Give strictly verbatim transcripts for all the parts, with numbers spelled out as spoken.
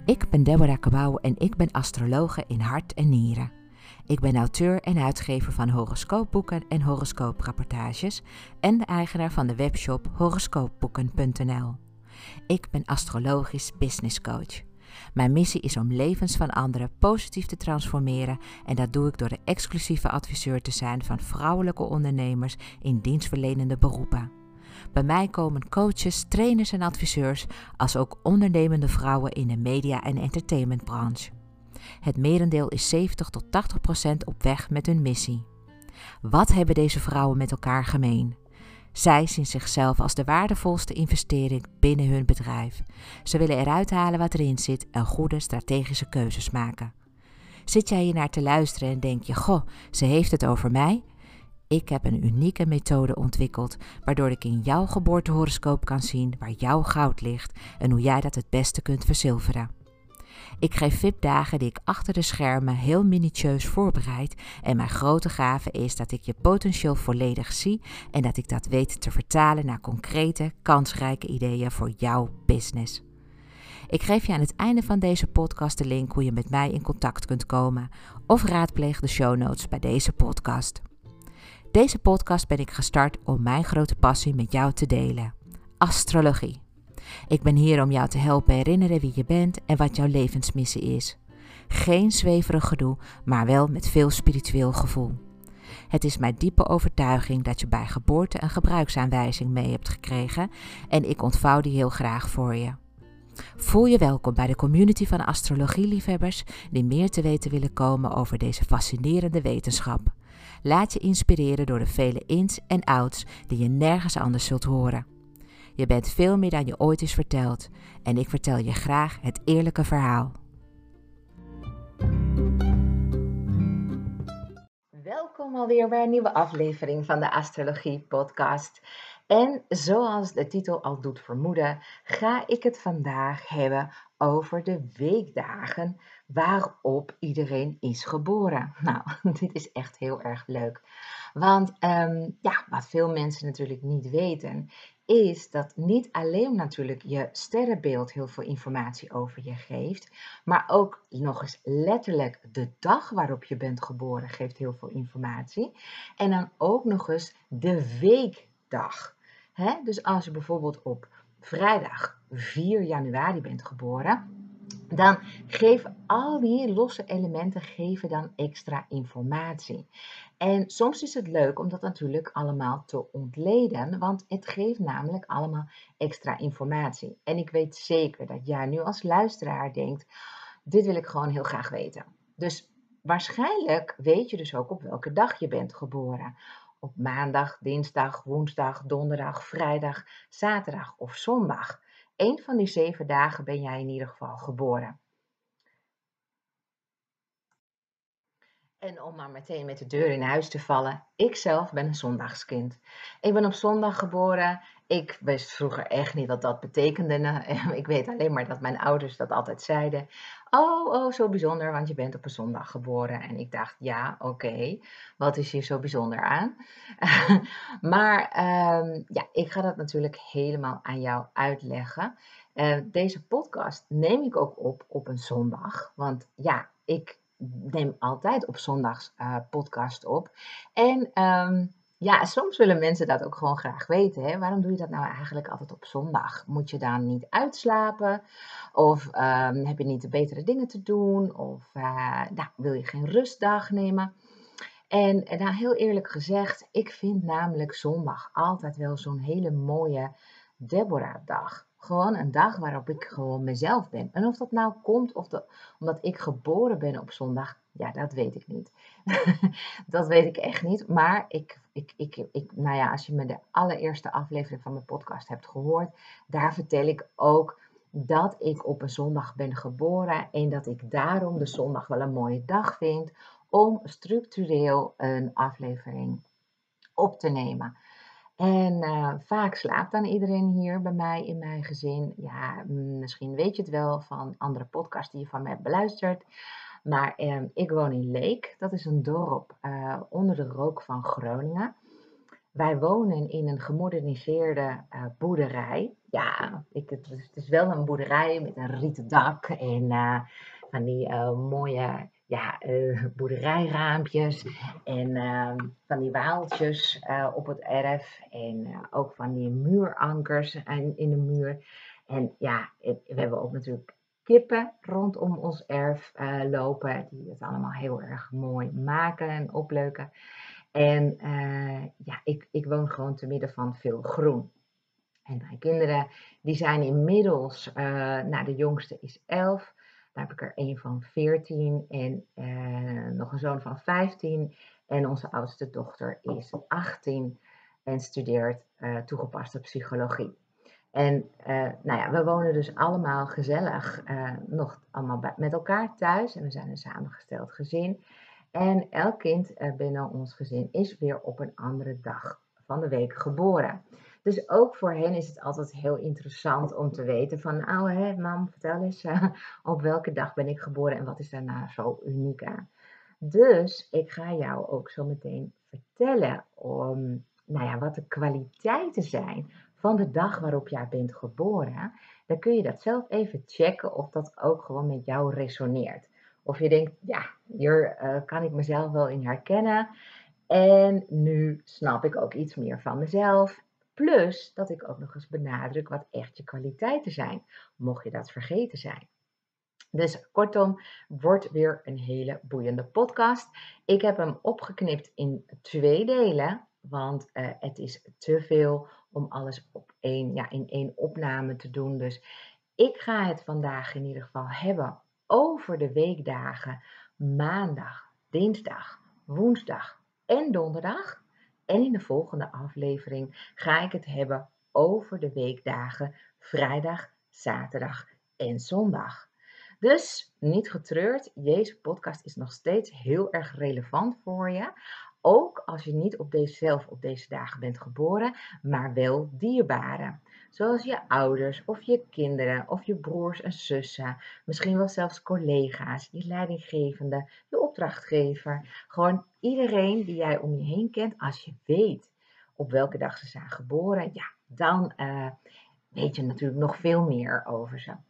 Ik ben Deborah Cabau en ik ben astrologe in hart en nieren. Ik ben auteur en uitgever van horoscoopboeken en horoscooprapportages en de eigenaar van de webshop horoscoopboeken punt n l. Ik ben astrologisch business coach. Mijn missie is om levens van anderen positief te transformeren en dat doe ik door de exclusieve adviseur te zijn van vrouwelijke ondernemers in dienstverlenende beroepen. Bij mij komen coaches, trainers en adviseurs als ook ondernemende vrouwen in de media- en entertainmentbranche. Het merendeel is zeventig tot tachtig procent op weg met hun missie. Wat hebben deze vrouwen met elkaar gemeen? Zij zien zichzelf als de waardevolste investering binnen hun bedrijf. Ze willen eruit halen wat erin zit en goede strategische keuzes maken. Zit jij hier naar te luisteren en denk je, goh, ze heeft het over mij? Ik heb een unieke methode ontwikkeld, waardoor ik in jouw geboortehoroscoop kan zien waar jouw goud ligt en hoe jij dat het beste kunt verzilveren. Ik geef V I P-dagen die ik achter de schermen heel minutieus voorbereid en mijn grote gave is dat ik je potentieel volledig zie en dat ik dat weet te vertalen naar concrete, kansrijke ideeën voor jouw business. Ik geef je aan het einde van deze podcast de link hoe je met mij in contact kunt komen of raadpleeg de show notes bij deze podcast. Deze podcast ben ik gestart om mijn grote passie met jou te delen. Astrologie. Ik ben hier om jou te helpen herinneren wie je bent en wat jouw levensmissie is. Geen zweverig gedoe, maar wel met veel spiritueel gevoel. Het is mijn diepe overtuiging dat je bij geboorte een gebruiksaanwijzing mee hebt gekregen en ik ontvouw die heel graag voor je. Voel je welkom bij de community van astrologieliefhebbers die meer te weten willen komen over deze fascinerende wetenschap. Laat je inspireren door de vele ins en outs die je nergens anders zult horen. Je bent veel meer dan je ooit is verteld en ik vertel je graag het eerlijke verhaal. Welkom alweer bij een nieuwe aflevering van de Astrologie Podcast. En zoals de titel al doet vermoeden, ga ik het vandaag hebben over de weekdagen waarop iedereen is geboren. Nou, dit is echt heel erg leuk. Want um, ja, wat veel mensen natuurlijk niet weten, is dat niet alleen natuurlijk je sterrenbeeld heel veel informatie over je geeft, maar ook nog eens letterlijk de dag waarop je bent geboren geeft heel veel informatie. En dan ook nog eens de weekdag. Hè? Dus als je bijvoorbeeld op vrijdag vier januari bent geboren, dan geven al die losse elementen geven dan extra informatie. En soms is het leuk om dat natuurlijk allemaal te ontleden, want het geeft namelijk allemaal extra informatie. En ik weet zeker dat jij nu als luisteraar denkt, dit wil ik gewoon heel graag weten. Dus waarschijnlijk weet je dus ook op welke dag je bent geboren. Op maandag, dinsdag, woensdag, donderdag, vrijdag, zaterdag of zondag. Eén van die zeven dagen ben jij in ieder geval geboren. En om maar meteen met de deur in huis te vallen, ik zelf ben een zondagskind. Ik ben op zondag geboren. Ik wist vroeger echt niet wat dat betekende. Ik weet alleen maar dat mijn ouders dat altijd zeiden. Oh, oh, zo bijzonder, want je bent op een zondag geboren. En ik dacht, ja, oké, okay, wat is hier zo bijzonder aan? Maar um, ja, ik ga dat natuurlijk helemaal aan jou uitleggen. Uh, deze podcast neem ik ook op op een zondag. Want ja, ik neem altijd op zondags uh, podcast op. En um, ja, soms willen mensen dat ook gewoon graag weten. Hè? Waarom doe je dat nou eigenlijk altijd op zondag? Moet je dan niet uitslapen? Of um, heb je niet de betere dingen te doen? Of uh, nou, wil je geen rustdag nemen? En, en nou, heel eerlijk gezegd, ik vind namelijk zondag altijd wel zo'n hele mooie Deborah-dag. Gewoon een dag waarop ik gewoon mezelf ben. En of dat nou komt of dat, omdat ik geboren ben op zondag, ja, dat weet ik niet. Dat weet ik echt niet. Maar ik, ik, ik, ik, nou ja, als je me de allereerste aflevering van mijn podcast hebt gehoord, daar vertel ik ook dat ik op een zondag ben geboren en dat ik daarom de zondag wel een mooie dag vind om structureel een aflevering op te nemen. En uh, vaak slaapt dan iedereen hier bij mij in mijn gezin. Ja, misschien weet je het wel van andere podcasts die je van mij hebt beluisterd. Maar um, ik woon in Leek. Dat is een dorp uh, onder de rook van Groningen. wij wonen in een gemoderniseerde uh, boerderij. Ja, ik, het, is, het is wel een boerderij met een rieten dak en uh, van die uh, mooie ja, uh, boerderijraampjes en uh, van die waaltjes uh, op het erf en uh, ook van die muurankers in de muur. En ja, het, we hebben ook natuurlijk kippen rondom ons erf uh, lopen, die het allemaal heel erg mooi maken en opleuken. En uh, ja, ik, ik woon gewoon te midden van veel groen. En mijn kinderen, die zijn inmiddels, uh, nou de jongste is elf, daar heb ik er een van veertien en uh, nog een zoon van vijftien. En onze oudste dochter is achttien en studeert uh, toegepaste psychologie. En uh, nou ja, we wonen dus allemaal gezellig uh, nog allemaal bij, met elkaar thuis. En we zijn een samengesteld gezin. En elk kind uh, binnen ons gezin is weer op een andere dag van de week geboren. Dus ook voor hen is het altijd heel interessant om te weten van, nou hè, mam, vertel eens, uh, op welke dag ben ik geboren en wat is daarna zo uniek aan. Dus ik ga jou ook zo meteen vertellen om, nou ja, wat de kwaliteiten zijn van de dag waarop jij bent geboren. Dan kun je dat zelf even checken of dat ook gewoon met jou resoneert. Of je denkt, ja, hier uh, kan ik mezelf wel in herkennen. En nu snap ik ook iets meer van mezelf. Plus dat ik ook nog eens benadruk wat echt je kwaliteiten zijn, mocht je dat vergeten zijn. Dus kortom, wordt weer een hele boeiende podcast. Ik heb hem opgeknipt in twee delen, want uh, het is te veel om alles op één, ja, in één opname te doen. Dus ik ga het vandaag in ieder geval hebben over de weekdagen maandag, dinsdag, woensdag en donderdag. En in de volgende aflevering ga ik het hebben over de weekdagen vrijdag, zaterdag en zondag. Dus niet getreurd, deze podcast is nog steeds heel erg relevant voor je. Ook als je niet op deze, zelf op deze dagen bent geboren, maar wel dierbaren. Zoals je ouders of je kinderen of je broers en zussen. Misschien wel zelfs collega's, je leidinggevende, je opdrachtgever. Gewoon iedereen die jij om je heen kent. Als je weet op welke dag ze zijn geboren, ja, dan uh, weet je natuurlijk nog veel meer over ze.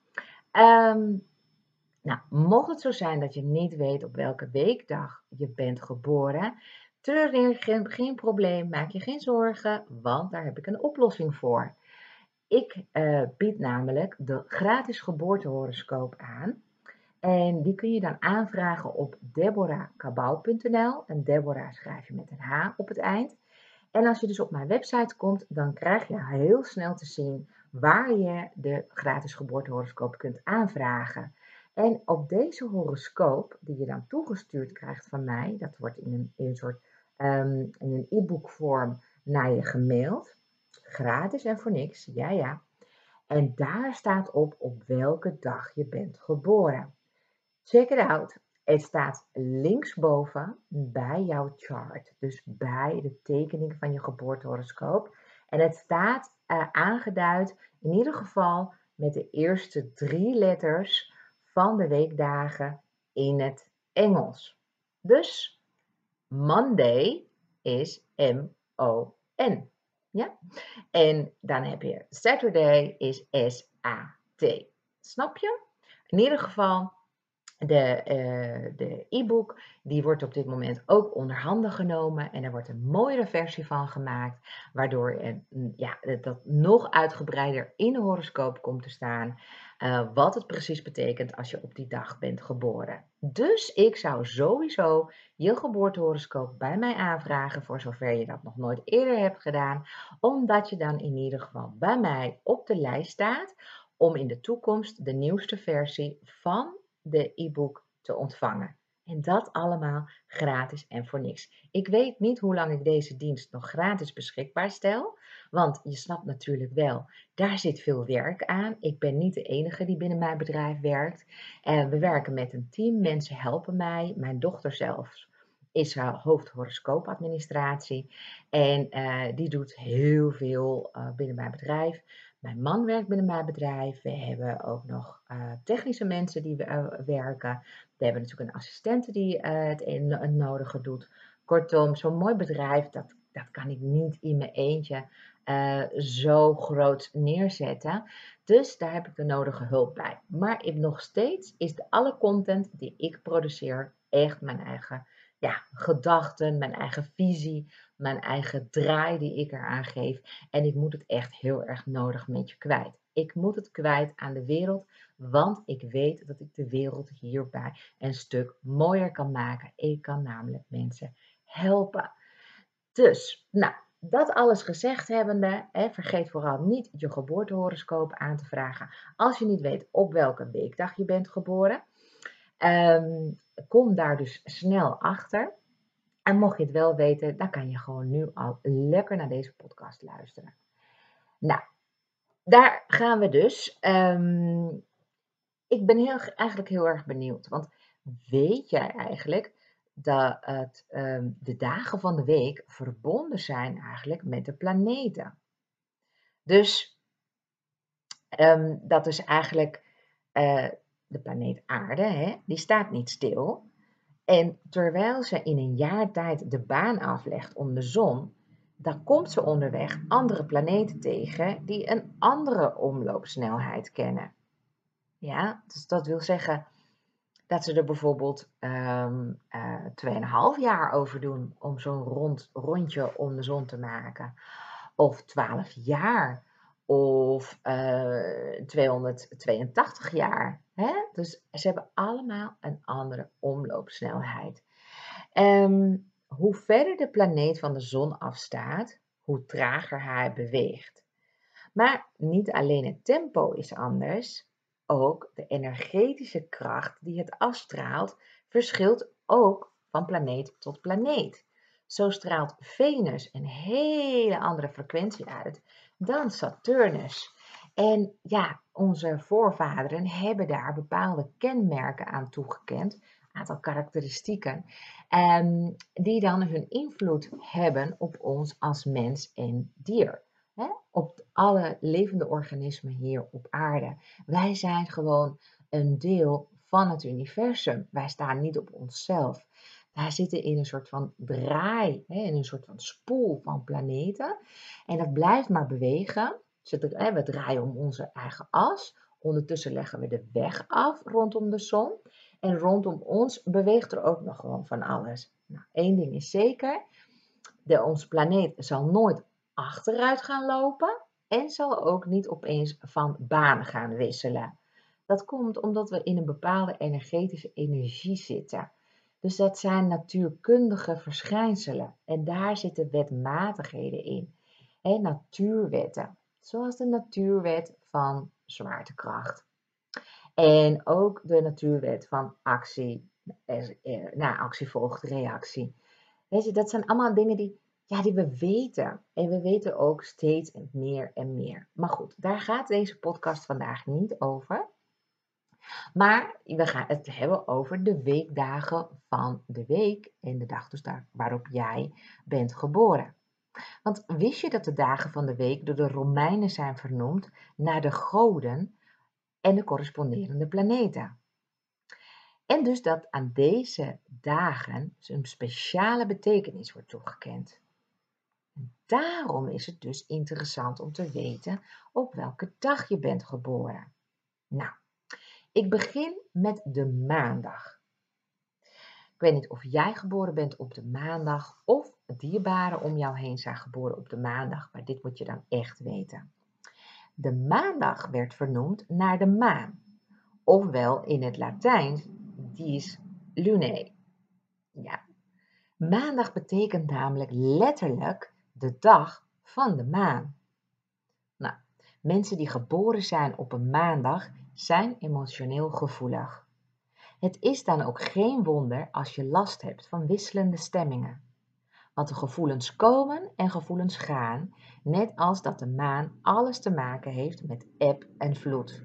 Um, Nou, mocht het zo zijn dat je niet weet op welke weekdag je bent geboren, treur geen, geen probleem, maak je geen zorgen, want daar heb ik een oplossing voor. Ik uh, bied namelijk de gratis geboortehoroscoop aan. En die kun je dan aanvragen op deborah cabau punt n l. En Deborah schrijf je met een H op het eind. En als je dus op mijn website komt, dan krijg je heel snel te zien waar je de gratis geboortehoroscoop kunt aanvragen. En op deze horoscoop, die je dan toegestuurd krijgt van mij, dat wordt in een, in een soort um, in een e-book vorm naar je gemaild. Gratis en voor niks, ja ja. En daar staat op op welke dag je bent geboren. Check it out. Het staat linksboven bij jouw chart, dus bij de tekening van je geboortehoroscoop. En het staat uh, aangeduid, in ieder geval met de eerste drie letters van de weekdagen in het Engels. Dus Monday is M O N. Ja? En dan heb je Saturday is S A T. Snap je? In ieder geval, de, uh, de e-book die wordt op dit moment ook onder handen genomen en er wordt een mooiere versie van gemaakt, waardoor er, ja, dat nog uitgebreider in de horoscoop komt te staan, uh, wat het precies betekent als je op die dag bent geboren. Dus ik zou sowieso je geboortehoroscoop bij mij aanvragen, voor zover je dat nog nooit eerder hebt gedaan, omdat je dan in ieder geval bij mij op de lijst staat om in de toekomst de nieuwste versie van de e-book te ontvangen. En dat allemaal gratis en voor niks. Ik weet niet hoe lang ik deze dienst nog gratis beschikbaar stel, want je snapt natuurlijk wel, daar zit veel werk aan. Ik ben niet de enige die binnen mijn bedrijf werkt. En we werken met een team, mensen helpen mij, mijn dochter zelfs is uh, hoofd horoscoopadministratie en uh, die doet heel veel uh, binnen mijn bedrijf. Mijn man werkt binnen mijn bedrijf. We hebben ook nog uh, technische mensen die uh, werken. We hebben natuurlijk een assistente die uh, het, een, het nodige doet. Kortom, zo'n mooi bedrijf, dat, dat kan ik niet in mijn eentje uh, zo groot neerzetten. Dus daar heb ik de nodige hulp bij. Maar ik, nog steeds is de alle content die ik produceer echt mijn eigen ja, gedachten, mijn eigen visie, mijn eigen draai die ik eraan geef. En ik moet het echt heel erg nodig met je kwijt. Ik moet het kwijt aan de wereld, want ik weet dat ik de wereld hierbij een stuk mooier kan maken. Ik kan namelijk mensen helpen. Dus, nou, dat alles gezegd hebbende, hè, vergeet vooral niet je geboortehoroscoop aan te vragen. Als je niet weet op welke weekdag je bent geboren, um, kom daar dus snel achter. En mocht je het wel weten, dan kan je gewoon nu al lekker naar deze podcast luisteren. Nou, daar gaan we dus. Um, ik ben heel, eigenlijk heel erg benieuwd, want weet jij eigenlijk dat het, um, de dagen van de week verbonden zijn eigenlijk met de planeten? Dus um, dat is eigenlijk uh, de planeet Aarde, hè, die staat niet stil. En terwijl ze in een jaar tijd de baan aflegt om de zon, dan komt ze onderweg andere planeten tegen die een andere omloopsnelheid kennen. Ja, dus dat wil zeggen dat ze er bijvoorbeeld um, uh, twee en een half jaar over doen om zo'n rond, rondje om de zon te maken. Of twaalf jaar. Of uh, tweehonderdtweeëntachtig jaar. Hè? Dus ze hebben allemaal een andere omloopsnelheid. Um, hoe verder de planeet van de zon afstaat, hoe trager hij beweegt. Maar niet alleen het tempo is anders, ook de energetische kracht die het afstraalt verschilt ook van planeet tot planeet. Zo straalt Venus een hele andere frequentie uit dan Saturnus. En ja, onze voorvaderen hebben daar bepaalde kenmerken aan toegekend, een aantal karakteristieken, um, die dan hun invloed hebben op ons als mens en dier. Hè, op alle levende organismen hier op aarde. Wij zijn gewoon een deel van het universum. Wij staan niet op onszelf. Wij zitten in een soort van draai, hè, in een soort van spoel van planeten. En dat blijft maar bewegen. We draaien om onze eigen as. Ondertussen leggen we de weg af rondom de zon. En rondom ons beweegt er ook nog gewoon van alles. Nou, één ding is zeker. De, onze planeet zal nooit achteruit gaan lopen en zal ook niet opeens van baan gaan wisselen. Dat komt omdat we in een bepaalde energetische energie zitten. Dus dat zijn natuurkundige verschijnselen en daar zitten wetmatigheden in. En natuurwetten, zoals de natuurwet van zwaartekracht. En ook de natuurwet van actie, na actie volgt reactie. Weet je, dat zijn allemaal dingen die, ja, die we weten. En we weten ook steeds meer en meer. Maar goed, daar gaat deze podcast vandaag niet over. Maar we gaan het hebben over de weekdagen van de week en de dag dus daar waarop jij bent geboren. Want wist je dat de dagen van de week door de Romeinen zijn vernoemd naar de goden en de corresponderende planeten? En dus dat aan deze dagen een speciale betekenis wordt toegekend. Daarom is het dus interessant om te weten op welke dag je bent geboren. Nou, ik begin met de maandag. Ik weet niet of jij geboren bent op de maandag of dierbaren om jou heen zijn geboren op de maandag, maar dit moet je dan echt weten. De maandag werd vernoemd naar de maan, ofwel in het Latijn dies lunae. Ja. Maandag betekent namelijk letterlijk de dag van de maan. Nou, mensen die geboren zijn op een maandag zijn emotioneel gevoelig. Het is dan ook geen wonder als je last hebt van wisselende stemmingen. Want de gevoelens komen en gevoelens gaan, net als dat de maan alles te maken heeft met eb en vloed.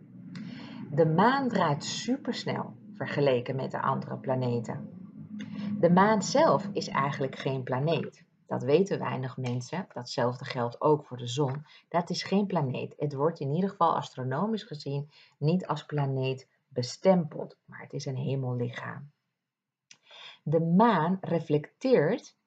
De maan draait supersnel vergeleken met de andere planeten. De maan zelf is eigenlijk geen planeet. Dat weten weinig mensen. Datzelfde geldt ook voor de zon. Dat is geen planeet. Het wordt in ieder geval astronomisch gezien niet als planeet bestempeld, maar het is een hemellichaam. De maan reflecteert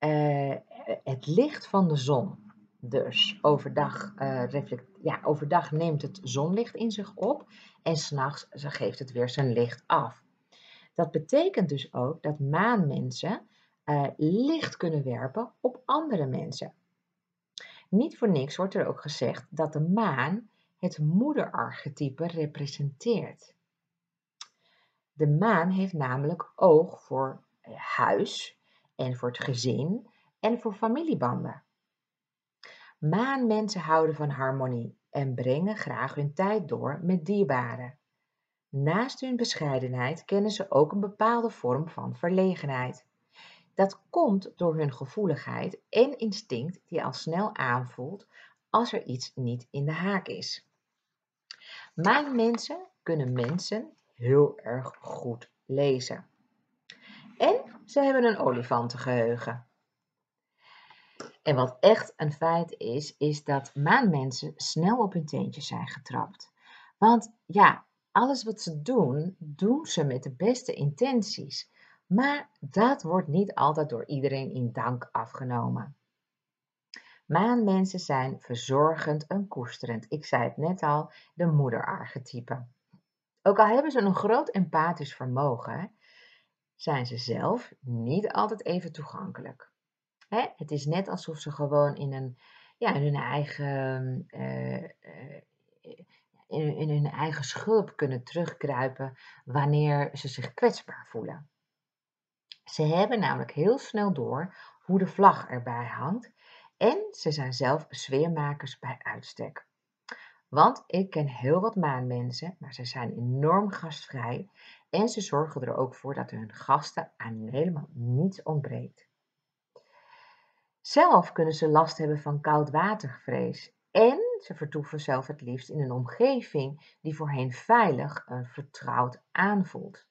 uh, het licht van de zon. Dus overdag, uh, reflect, ja, overdag neemt het zonlicht in zich op en s'nachts geeft het weer zijn licht af. Dat betekent dus ook dat maanmensen uh, licht kunnen werpen op andere mensen. Niet voor niks wordt er ook gezegd dat de maan het moederarchetype representeert. De maan heeft namelijk oog voor huis en voor het gezin en voor familiebanden. Maanmensen houden van harmonie en brengen graag hun tijd door met dierbaren. Naast hun bescheidenheid kennen ze ook een bepaalde vorm van verlegenheid. Dat komt door hun gevoeligheid en instinct die al snel aanvoelt als er iets niet in de haak is. Maanmensen kunnen mensen heel erg goed lezen. En ze hebben een olifantengeheugen. En wat echt een feit is, is dat maanmensen snel op hun teentjes zijn getrapt. Want ja, alles wat ze doen, doen ze met de beste intenties. Maar dat wordt niet altijd door iedereen in dank afgenomen. Maanmensen zijn verzorgend en koesterend. Ik zei het net al, de moederarchetype. Ook al hebben ze een groot empathisch vermogen, zijn ze zelf niet altijd even toegankelijk. Hè? Het is net alsof ze gewoon in, een, ja, in hun eigen... Uh, uh, in, in hun eigen schulp kunnen terugkruipen wanneer ze zich kwetsbaar voelen. Ze hebben namelijk heel snel door hoe de vlag erbij hangt en ze zijn zelf sfeermakers bij uitstek. Want ik ken heel wat maanmensen, maar ze zijn enorm gastvrij en ze zorgen er ook voor dat hun gasten aan helemaal niets ontbreekt. Zelf kunnen ze last hebben van koudwatervrees en ze vertoeven zelf het liefst in een omgeving die voor hen veilig en vertrouwd aanvoelt.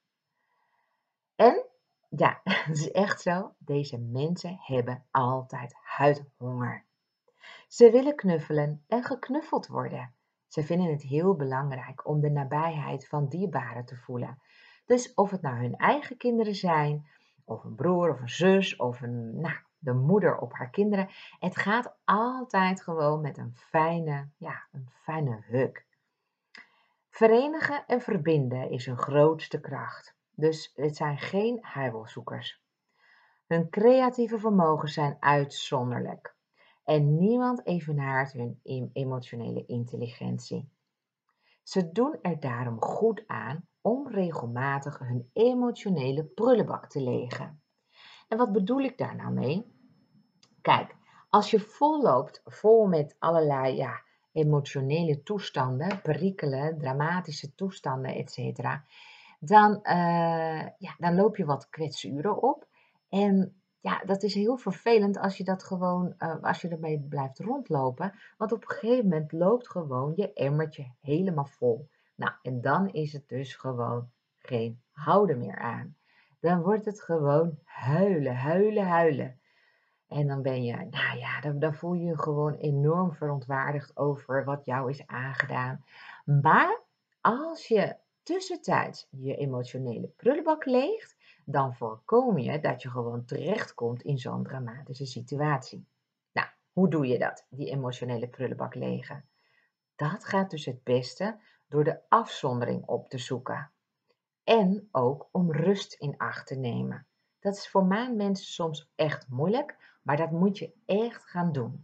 En ja, het is echt zo, deze mensen hebben altijd huidhonger. Ze willen knuffelen en geknuffeld worden. Ze vinden het heel belangrijk om de nabijheid van dierbaren te voelen. Dus of het nou hun eigen kinderen zijn, of een broer of een zus, of een, nou, de moeder op haar kinderen. Het gaat altijd gewoon met een fijne, ja, een fijne hug. Verenigen en verbinden is hun grootste kracht. Dus het zijn geen huivelzoekers. Hun creatieve vermogens zijn uitzonderlijk. En niemand evenaart hun emotionele intelligentie. Ze doen er daarom goed aan om regelmatig hun emotionele prullenbak te legen. En wat bedoel ik daar nou mee? Kijk, als je vol loopt, vol met allerlei ja, emotionele toestanden, perikelen, dramatische toestanden, et cetera, dan, uh, ja, dan loop je wat kwetsuren op. En ja, dat is heel vervelend als je dat gewoon, uh, als je ermee blijft rondlopen. Want op een gegeven moment loopt gewoon je emmertje helemaal vol. Nou, en dan is het dus gewoon geen houden meer aan. Dan wordt het gewoon huilen, huilen, huilen. En dan ben je, nou ja, dan, dan voel je je gewoon enorm verontwaardigd over wat jou is aangedaan. Maar als je tussentijds je emotionele prullenbak leegt, dan voorkom je dat je gewoon terechtkomt in zo'n dramatische situatie. Nou, hoe doe je dat, die emotionele prullenbak legen? Dat gaat dus het beste door de afzondering op te zoeken. En ook om rust in acht te nemen. Dat is voor maanmensen soms echt moeilijk, maar dat moet je echt gaan doen.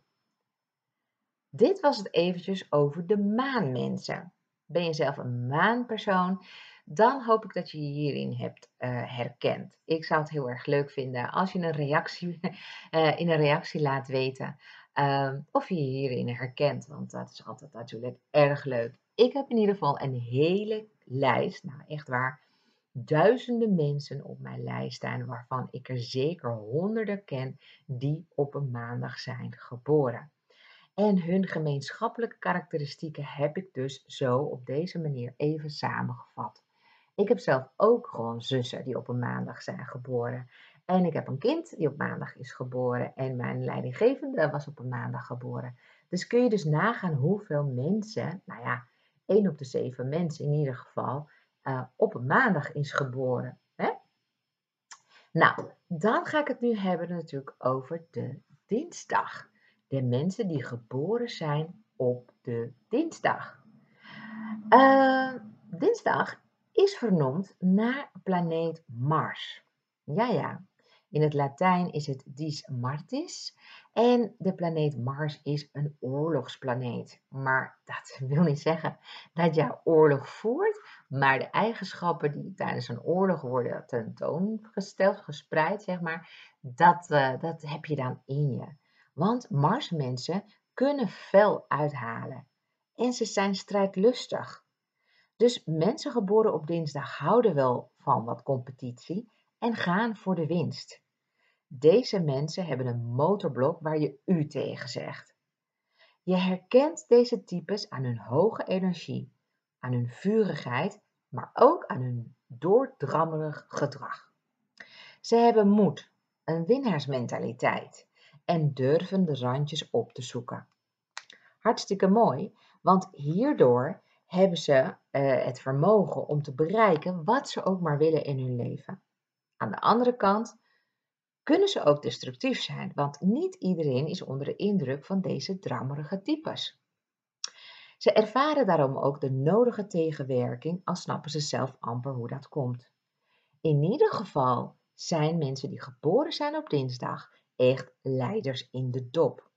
Dit was het eventjes over de maanmensen. Ben je zelf een maanpersoon? Dan hoop ik dat je je hierin hebt uh, herkend. Ik zou het heel erg leuk vinden als je een reactie, uh, in een reactie laat weten uh, of je je hierin herkent, want dat is altijd natuurlijk erg leuk. Ik heb in ieder geval een hele lijst, nou echt waar, duizenden mensen op mijn lijst staan, waarvan ik er zeker honderden ken die op een maandag zijn geboren. En hun gemeenschappelijke karakteristieken heb ik dus zo op deze manier even samengevat. Ik heb zelf ook gewoon zussen die op een maandag zijn geboren. En ik heb een kind die op maandag is geboren. En mijn leidinggevende was op een maandag geboren. Dus kun je dus nagaan hoeveel mensen, nou ja, één op de zeven mensen in ieder geval, uh, op een maandag is geboren. Hè? Nou, dan ga ik het nu hebben natuurlijk over de dinsdag. De mensen die geboren zijn op de dinsdag. Uh, Dinsdag is vernoemd naar planeet Mars. Ja, ja. In het Latijn is het dies Martis en de planeet Mars is een oorlogsplaneet. Maar dat wil niet zeggen dat je oorlog voert, maar de eigenschappen die tijdens een oorlog worden tentoongesteld, gespreid, zeg maar, dat, uh, dat heb je dan in je. Want Marsmensen kunnen fel uithalen en ze zijn strijdlustig. Dus mensen geboren op dinsdag houden wel van wat competitie en gaan voor de winst. Deze mensen hebben een motorblok waar je u tegen zegt. Je herkent deze types aan hun hoge energie, aan hun vurigheid, maar ook aan hun doordrammerig gedrag. Ze hebben moed, een winnaarsmentaliteit en durven de randjes op te zoeken. Hartstikke mooi, want hierdoor hebben ze uh, het vermogen om te bereiken wat ze ook maar willen in hun leven. Aan de andere kant kunnen ze ook destructief zijn, want niet iedereen is onder de indruk van deze drammerige types. Ze ervaren daarom ook de nodige tegenwerking, al snappen ze zelf amper hoe dat komt. In ieder geval zijn mensen die geboren zijn op dinsdag echt leiders in de dop.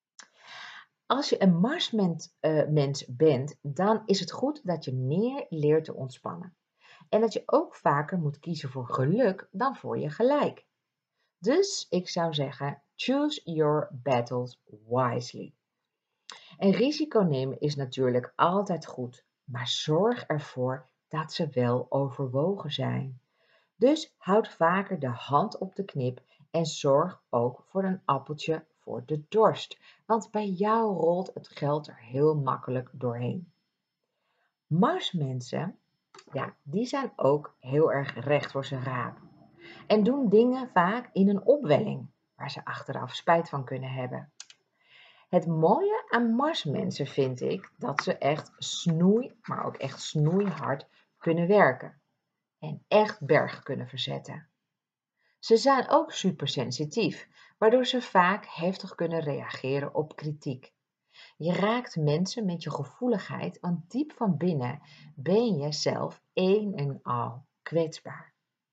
Als je een Marsmens uh, bent, dan is het goed dat je meer leert te ontspannen. En dat je ook vaker moet kiezen voor geluk dan voor je gelijk. Dus ik zou zeggen, choose your battles wisely. En risico nemen is natuurlijk altijd goed, maar zorg ervoor dat ze wel overwogen zijn. Dus houd vaker de hand op de knip en zorg ook voor een appeltje voor de dorst, want bij jou rolt het geld er heel makkelijk doorheen. Marsmensen, ja, die zijn ook heel erg recht voor zijn raap en doen dingen vaak in een opwelling, waar ze achteraf spijt van kunnen hebben. Het mooie aan Marsmensen vind ik dat ze echt snoei, maar ook echt snoeihard kunnen werken en echt bergen kunnen verzetten. Ze zijn ook supersensitief, waardoor ze vaak heftig kunnen reageren op kritiek. Je raakt mensen met je gevoeligheid, want diep van binnen ben je zelf één en al kwetsbaar.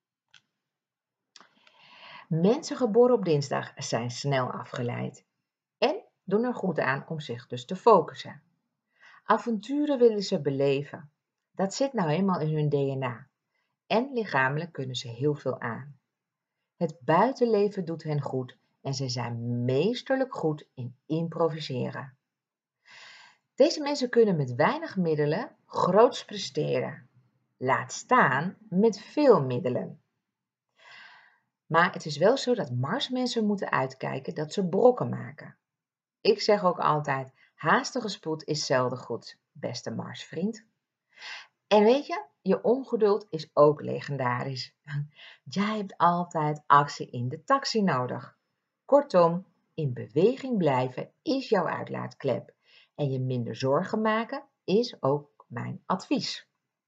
Mensen geboren op dinsdag zijn snel afgeleid en doen er goed aan om zich dus te focussen. Avonturen willen ze beleven. Dat zit nou eenmaal in hun D N A. En lichamelijk kunnen ze heel veel aan. Het buitenleven doet hen goed en ze zijn meesterlijk goed in improviseren. Deze mensen kunnen met weinig middelen groots presteren. Laat staan met veel middelen. Maar het is wel zo dat Marsmensen moeten uitkijken dat ze brokken maken. Ik zeg ook altijd, haastige spoed is zelden goed, beste Marsvriend. En weet je, je ongeduld is ook legendarisch. Jij hebt altijd actie in de taxi nodig. Kortom, in beweging blijven is jouw uitlaatklep. En je minder zorgen maken is ook mijn advies.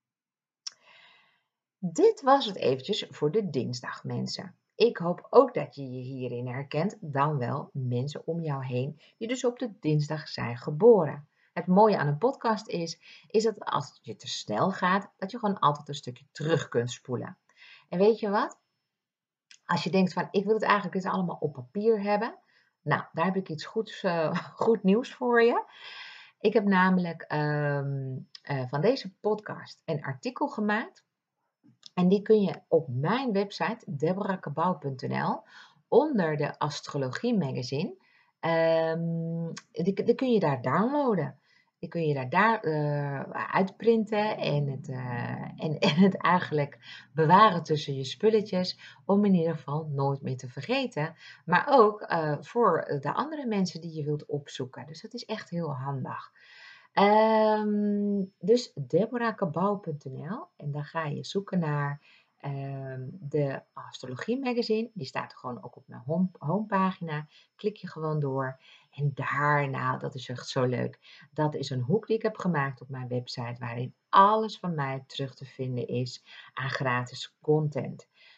Dit was het eventjes voor de dinsdag, mensen. Ik hoop ook dat je je hierin herkent, dan wel mensen om jou heen die dus op de dinsdag zijn geboren. Het mooie aan een podcast is, is dat als je te snel gaat, dat je gewoon altijd een stukje terug kunt spoelen. En weet je wat? Als je denkt van, ik wil het eigenlijk eens allemaal op papier hebben. Nou, daar heb ik iets goeds, uh, goed nieuws voor je. Ik heb namelijk um, uh, van deze podcast een artikel gemaakt. En die kun je op mijn website deborah cabau punt n l onder de Astrologie Magazine, um, die, die kun je daar downloaden. Die kun je daar, daar uh, uitprinten en het, uh, en, en het eigenlijk bewaren tussen je spulletjes, om in ieder geval nooit meer te vergeten. Maar ook uh, voor de andere mensen die je wilt opzoeken. Dus dat is echt heel handig. Um, dus deborah cabau punt n l en dan ga je zoeken naar um, de Astrologie Magazine. Die staat er gewoon ook op mijn home, homepagina. Klik je gewoon door. En daarna, dat is echt zo leuk, dat is een hoek die ik heb gemaakt op mijn website, waarin alles van mij terug te vinden is aan gratis content.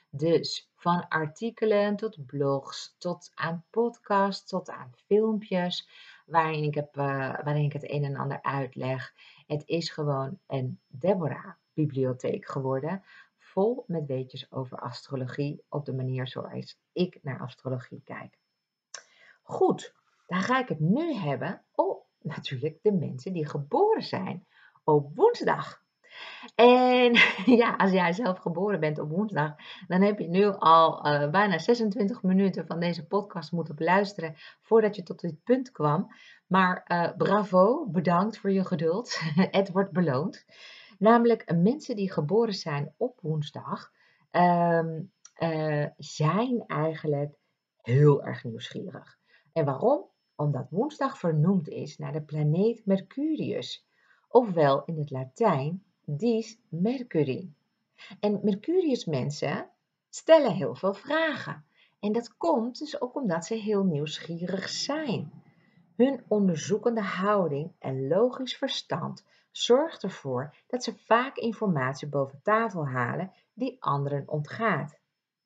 Dus van artikelen tot blogs, tot aan podcasts, tot aan filmpjes, waarin ik, heb, eh, waarin ik het een en ander uitleg. Het is gewoon een Deborah-bibliotheek geworden, vol met weetjes over astrologie op de manier zoals ik naar astrologie kijk. Goed, dan ga ik het nu hebben over natuurlijk de mensen die geboren zijn op woensdag. En ja, als jij zelf geboren bent op woensdag, dan heb je nu al uh, bijna zesentwintig minuten van deze podcast moeten beluisteren voordat je tot dit punt kwam. Maar uh, bravo, bedankt voor je geduld. Het wordt beloond. Namelijk mensen die geboren zijn op woensdag, um, uh, zijn eigenlijk heel erg nieuwsgierig. En waarom? Omdat woensdag vernoemd is naar de planeet Mercurius, ofwel in het Latijn dies Mercurii. En Mercurius mensen stellen heel veel vragen. En dat komt dus ook omdat ze heel nieuwsgierig zijn. Hun onderzoekende houding en logisch verstand zorgt ervoor dat ze vaak informatie boven tafel halen die anderen ontgaat.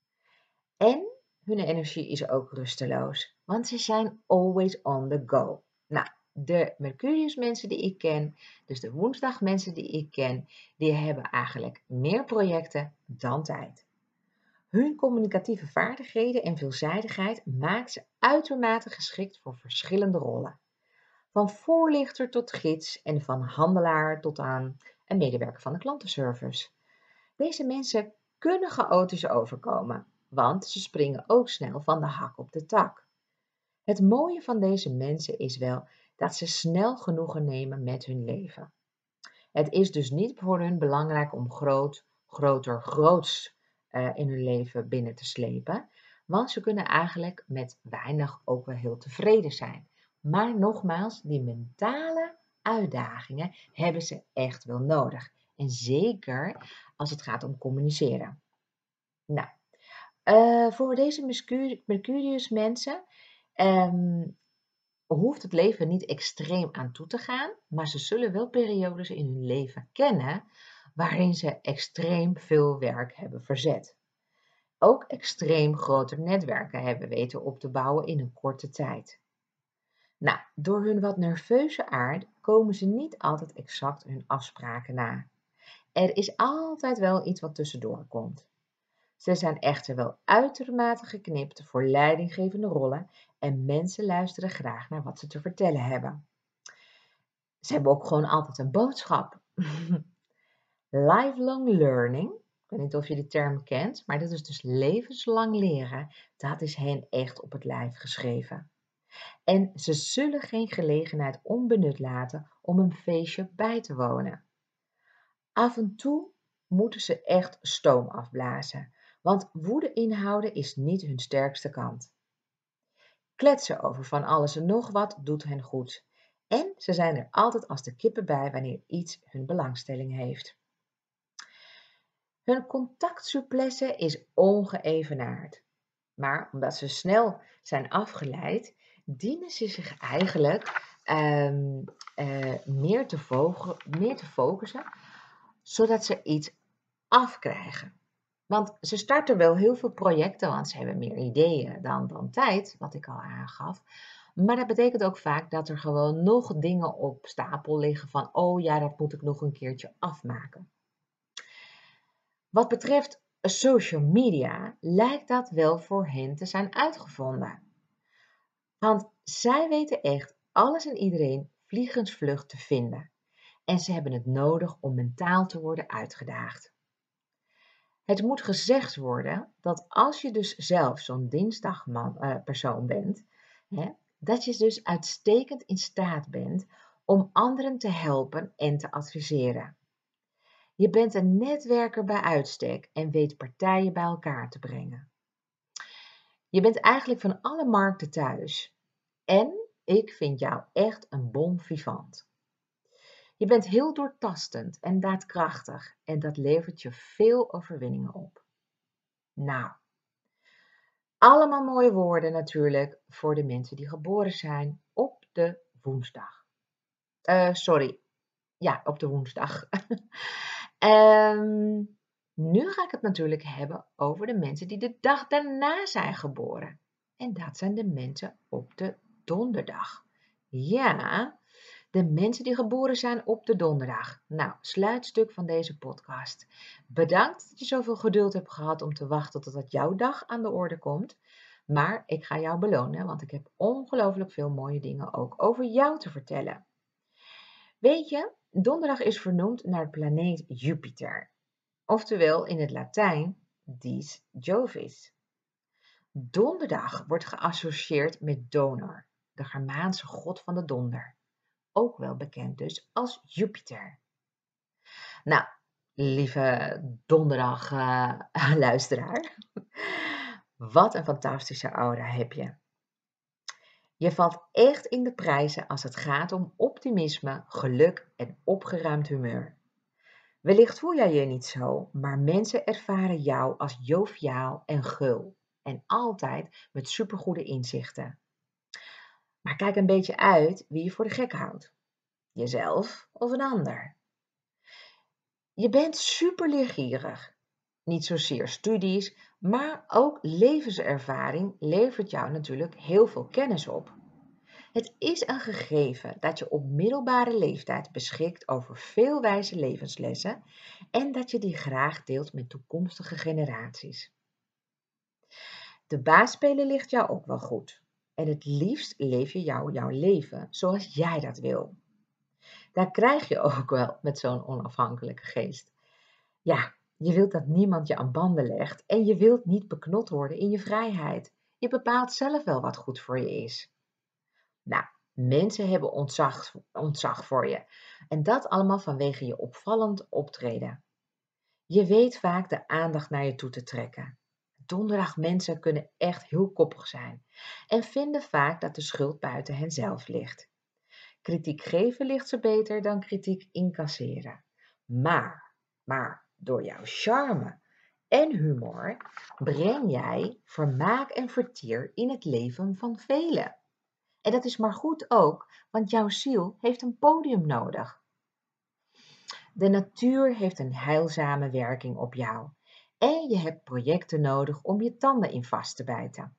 En hun energie is ook rusteloos, want ze zijn always on the go. Nou, de Mercurius mensen die ik ken, dus de woensdag mensen die ik ken, die hebben eigenlijk meer projecten dan tijd. Hun communicatieve vaardigheden en veelzijdigheid maakt ze uitermate geschikt voor verschillende rollen. Van voorlichter tot gids en van handelaar tot aan een medewerker van de klantenservice. Deze mensen kunnen chaotisch overkomen, want ze springen ook snel van de hak op de tak. Het mooie van deze mensen is wel dat ze snel genoegen nemen met hun leven. Het is dus niet voor hun belangrijk om groot, groter, groots uh, in hun leven binnen te slepen, want ze kunnen eigenlijk met weinig ook wel heel tevreden zijn. Maar nogmaals, die mentale uitdagingen hebben ze echt wel nodig. En zeker als het gaat om communiceren. Nou, uh, voor deze Mercurius mensen um, hoeft het leven niet extreem aan toe te gaan, maar ze zullen wel periodes in hun leven kennen waarin ze extreem veel werk hebben verzet. Ook extreem grote netwerken hebben weten op te bouwen in een korte tijd. Nou, door hun wat nerveuze aard komen ze niet altijd exact hun afspraken na. Er is altijd wel iets wat tussendoor komt. Ze zijn echter wel uitermate geknipt voor leidinggevende rollen en mensen luisteren graag naar wat ze te vertellen hebben. Ze hebben ook gewoon altijd een boodschap. Lifelong learning, ik weet niet of je die term kent, maar dat is dus levenslang leren. Dat is hen echt op het lijf geschreven. En ze zullen geen gelegenheid onbenut laten om een feestje bij te wonen. Af en toe moeten ze echt stoom afblazen, want woede inhouden is niet hun sterkste kant. Kletsen over van alles en nog wat doet hen goed. En ze zijn er altijd als de kippen bij wanneer iets hun belangstelling heeft. Hun contactsouplesse is ongeëvenaard. Maar omdat ze snel zijn afgeleid, dienen ze zich eigenlijk um, uh, meer, te vogen, meer te focussen, zodat ze iets afkrijgen. Want ze starten wel heel veel projecten, want ze hebben meer ideeën dan, dan tijd, wat ik al aangaf. Maar dat betekent ook vaak dat er gewoon nog dingen op stapel liggen van, oh ja, dat moet ik nog een keertje afmaken. Wat betreft social media lijkt dat wel voor hen te zijn uitgevonden. Want zij weten echt alles en iedereen vliegensvlug te vinden. En ze hebben het nodig om mentaal te worden uitgedaagd. Het moet gezegd worden dat als je dus zelf zo'n dinsdagpersoon bent, hè, dat je dus uitstekend in staat bent om anderen te helpen en te adviseren. Je bent een netwerker bij uitstek en weet partijen bij elkaar te brengen. Je bent eigenlijk van alle markten thuis. En ik vind jou echt een bon vivant. Je bent heel doortastend en daadkrachtig en dat levert je veel overwinningen op. Nou, allemaal mooie woorden natuurlijk voor de mensen die geboren zijn op de woensdag. Uh, sorry, ja, op de woensdag. um, Nu ga ik het natuurlijk hebben over de mensen die de dag daarna zijn geboren. En dat zijn de mensen op de donderdag. Ja, de mensen die geboren zijn op de donderdag. Nou, sluitstuk van deze podcast. Bedankt dat je zoveel geduld hebt gehad om te wachten totdat jouw dag aan de orde komt. Maar ik ga jou belonen, want ik heb ongelooflijk veel mooie dingen ook over jou te vertellen. Weet je, donderdag is vernoemd naar de planeet Jupiter. Oftewel in het Latijn dies Jovis. Donderdag wordt geassocieerd met Donor, de Germaanse god van de donder. Ook wel bekend dus als Jupiter. Nou, lieve donderdag uh, luisteraar. Wat een fantastische aura heb je. Je valt echt in de prijzen als het gaat om optimisme, geluk en opgeruimd humeur. Wellicht voel jij je niet zo, maar mensen ervaren jou als joviaal en gul. En altijd met supergoede inzichten. Maar kijk een beetje uit wie je voor de gek houdt. Jezelf of een ander. Je bent super leergierig. Niet zozeer studies, maar ook levenservaring levert jou natuurlijk heel veel kennis op. Het is een gegeven dat je op middelbare leeftijd beschikt over veel wijze levenslessen en dat je die graag deelt met toekomstige generaties. De baasspelen ligt jou ook wel goed en het liefst leef je jou jouw leven zoals jij dat wil. Daar krijg je ook wel met zo'n onafhankelijke geest. Ja, je wilt dat niemand je aan banden legt en je wilt niet beknot worden in je vrijheid. Je bepaalt zelf wel wat goed voor je is. Nou, mensen hebben ontzag, ontzag voor je. En dat allemaal vanwege je opvallend optreden. Je weet vaak de aandacht naar je toe te trekken. Donderdag mensen kunnen echt heel koppig zijn en vinden vaak dat de schuld buiten henzelf ligt. Kritiek geven ligt ze beter dan kritiek incasseren. Maar, maar door jouw charme en humor breng jij vermaak en vertier in het leven van velen. En dat is maar goed ook, want jouw ziel heeft een podium nodig. De natuur heeft een heilzame werking op jou. En je hebt projecten nodig om je tanden in vast te bijten.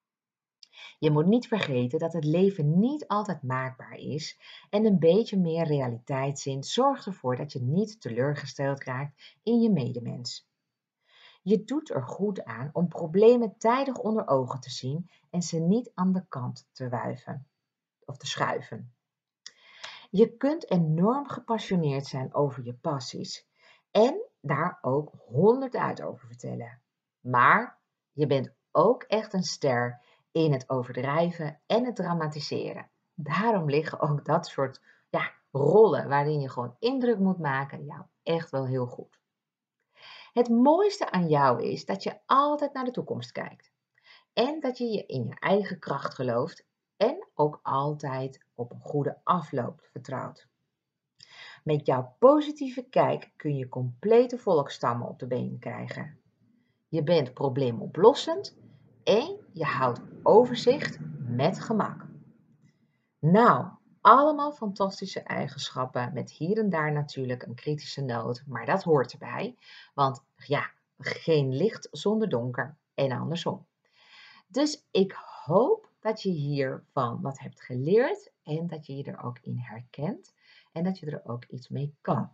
Je moet niet vergeten dat het leven niet altijd maakbaar is en een beetje meer realiteitszin zorgt ervoor dat je niet teleurgesteld raakt in je medemens. Je doet er goed aan om problemen tijdig onder ogen te zien en ze niet aan de kant te wuiven of te schuiven. Je kunt enorm gepassioneerd zijn over je passies en daar ook honderd uit over vertellen. Maar je bent ook echt een ster in het overdrijven en het dramatiseren. Daarom liggen ook dat soort ja, rollen waarin je gewoon indruk moet maken jou echt wel heel goed. Het mooiste aan jou is dat je altijd naar de toekomst kijkt en dat je je in je eigen kracht gelooft en ook altijd op een goede afloop vertrouwt. Met jouw positieve kijk kun je complete volksstammen op de been krijgen. Je bent probleemoplossend en je houdt overzicht met gemak. Nou, allemaal fantastische eigenschappen met hier en daar natuurlijk een kritische noot, maar dat hoort erbij, want ja, geen licht zonder donker en andersom. Dus ik hoop dat je hiervan wat hebt geleerd en dat je je er ook in herkent en dat je er ook iets mee kan.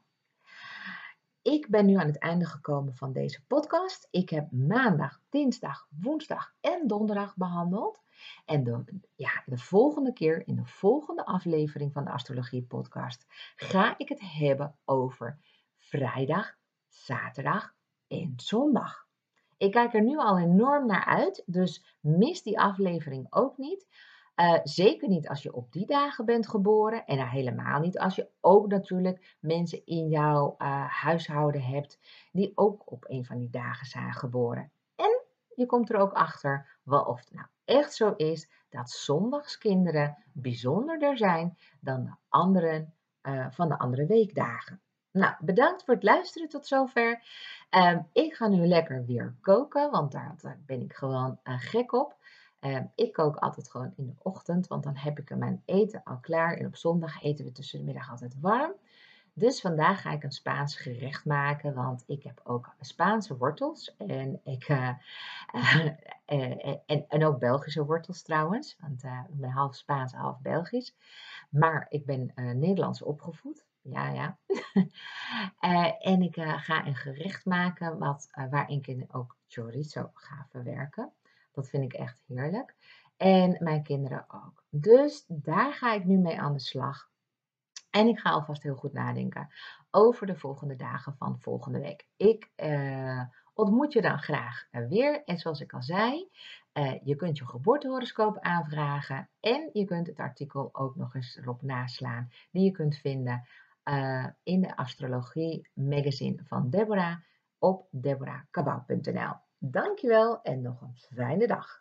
Ik ben nu aan het einde gekomen van deze podcast. Ik heb maandag, dinsdag, woensdag en donderdag behandeld. En de, ja, de volgende keer, in de volgende aflevering van de Astrologie Podcast, ga ik het hebben over vrijdag, zaterdag en zondag. Ik kijk er nu al enorm naar uit, dus mis die aflevering ook niet. Uh, zeker niet als je op die dagen bent geboren en nou helemaal niet als je ook natuurlijk mensen in jouw uh, huishouden hebt die ook op een van die dagen zijn geboren. En je komt er ook achter wel of het nou echt zo is dat zondagskinderen bijzonderder zijn dan de anderen uh, van de andere weekdagen. Nou, bedankt voor het luisteren tot zover. Uh, ik ga nu lekker weer koken, want daar, daar ben ik gewoon uh, gek op. Uh, ik kook altijd gewoon in de ochtend, want dan heb ik mijn eten al klaar. En op zondag eten we tussen de middag altijd warm. Dus vandaag ga ik een Spaans gerecht maken, want ik heb ook Spaanse wortels en, ik, uh, uh, uh, en, en ook Belgische wortels trouwens, want uh, ik ben half Spaans, half Belgisch. Maar ik ben uh, Nederlands opgevoed. Ja, ja. uh, en ik uh, ga een gerecht maken wat, uh, waarin ik ook chorizo ga verwerken. Dat vind ik echt heerlijk. En mijn kinderen ook. Dus daar ga ik nu mee aan de slag. En ik ga alvast heel goed nadenken over de volgende dagen van volgende week. Ik uh, ontmoet je dan graag uh, weer. En zoals ik al zei, uh, je kunt je geboortehoroscoop aanvragen. En je kunt het artikel ook nog eens erop naslaan. Die je kunt vinden uh, in de astrologie magazine van Deborah op deborah cabau punt n l. Dankjewel en nog een fijne dag.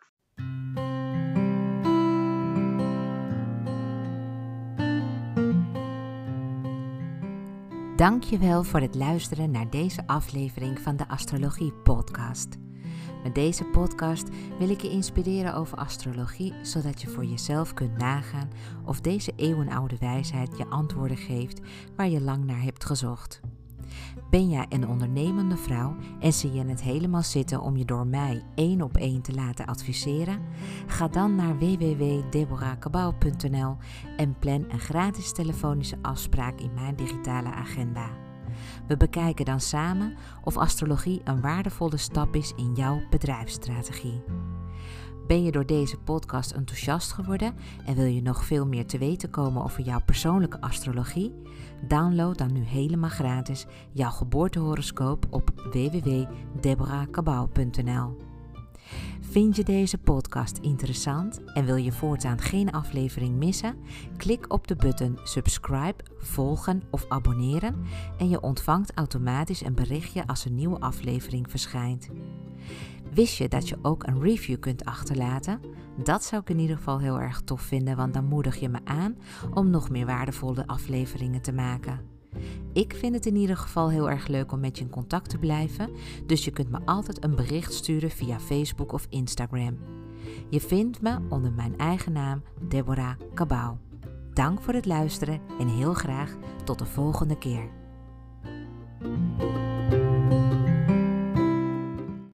Dankjewel voor het luisteren naar deze aflevering van de Astrologie Podcast. Met deze podcast wil ik je inspireren over astrologie, zodat je voor jezelf kunt nagaan of deze eeuwenoude wijsheid je antwoorden geeft waar je lang naar hebt gezocht. Ben jij een ondernemende vrouw en zie je het helemaal zitten om je door mij één op één te laten adviseren? Ga dan naar w w w punt deborah cabau punt n l en plan een gratis telefonische afspraak in mijn digitale agenda. We bekijken dan samen of astrologie een waardevolle stap is in jouw bedrijfsstrategie. Ben je door deze podcast enthousiast geworden en wil je nog veel meer te weten komen over jouw persoonlijke astrologie? Download dan nu helemaal gratis jouw geboortehoroscoop op w w w punt deborah cabau punt n l. Vind je deze podcast interessant en wil je voortaan geen aflevering missen? Klik op de button subscribe, volgen of abonneren en je ontvangt automatisch een berichtje als een nieuwe aflevering verschijnt. Wist je dat je ook een review kunt achterlaten? Dat zou ik in ieder geval heel erg tof vinden, want dan moedig je me aan om nog meer waardevolle afleveringen te maken. Ik vind het in ieder geval heel erg leuk om met je in contact te blijven, dus je kunt me altijd een bericht sturen via Facebook of Instagram. Je vindt me onder mijn eigen naam Deborah Cabau. Dank voor het luisteren en heel graag tot de volgende keer.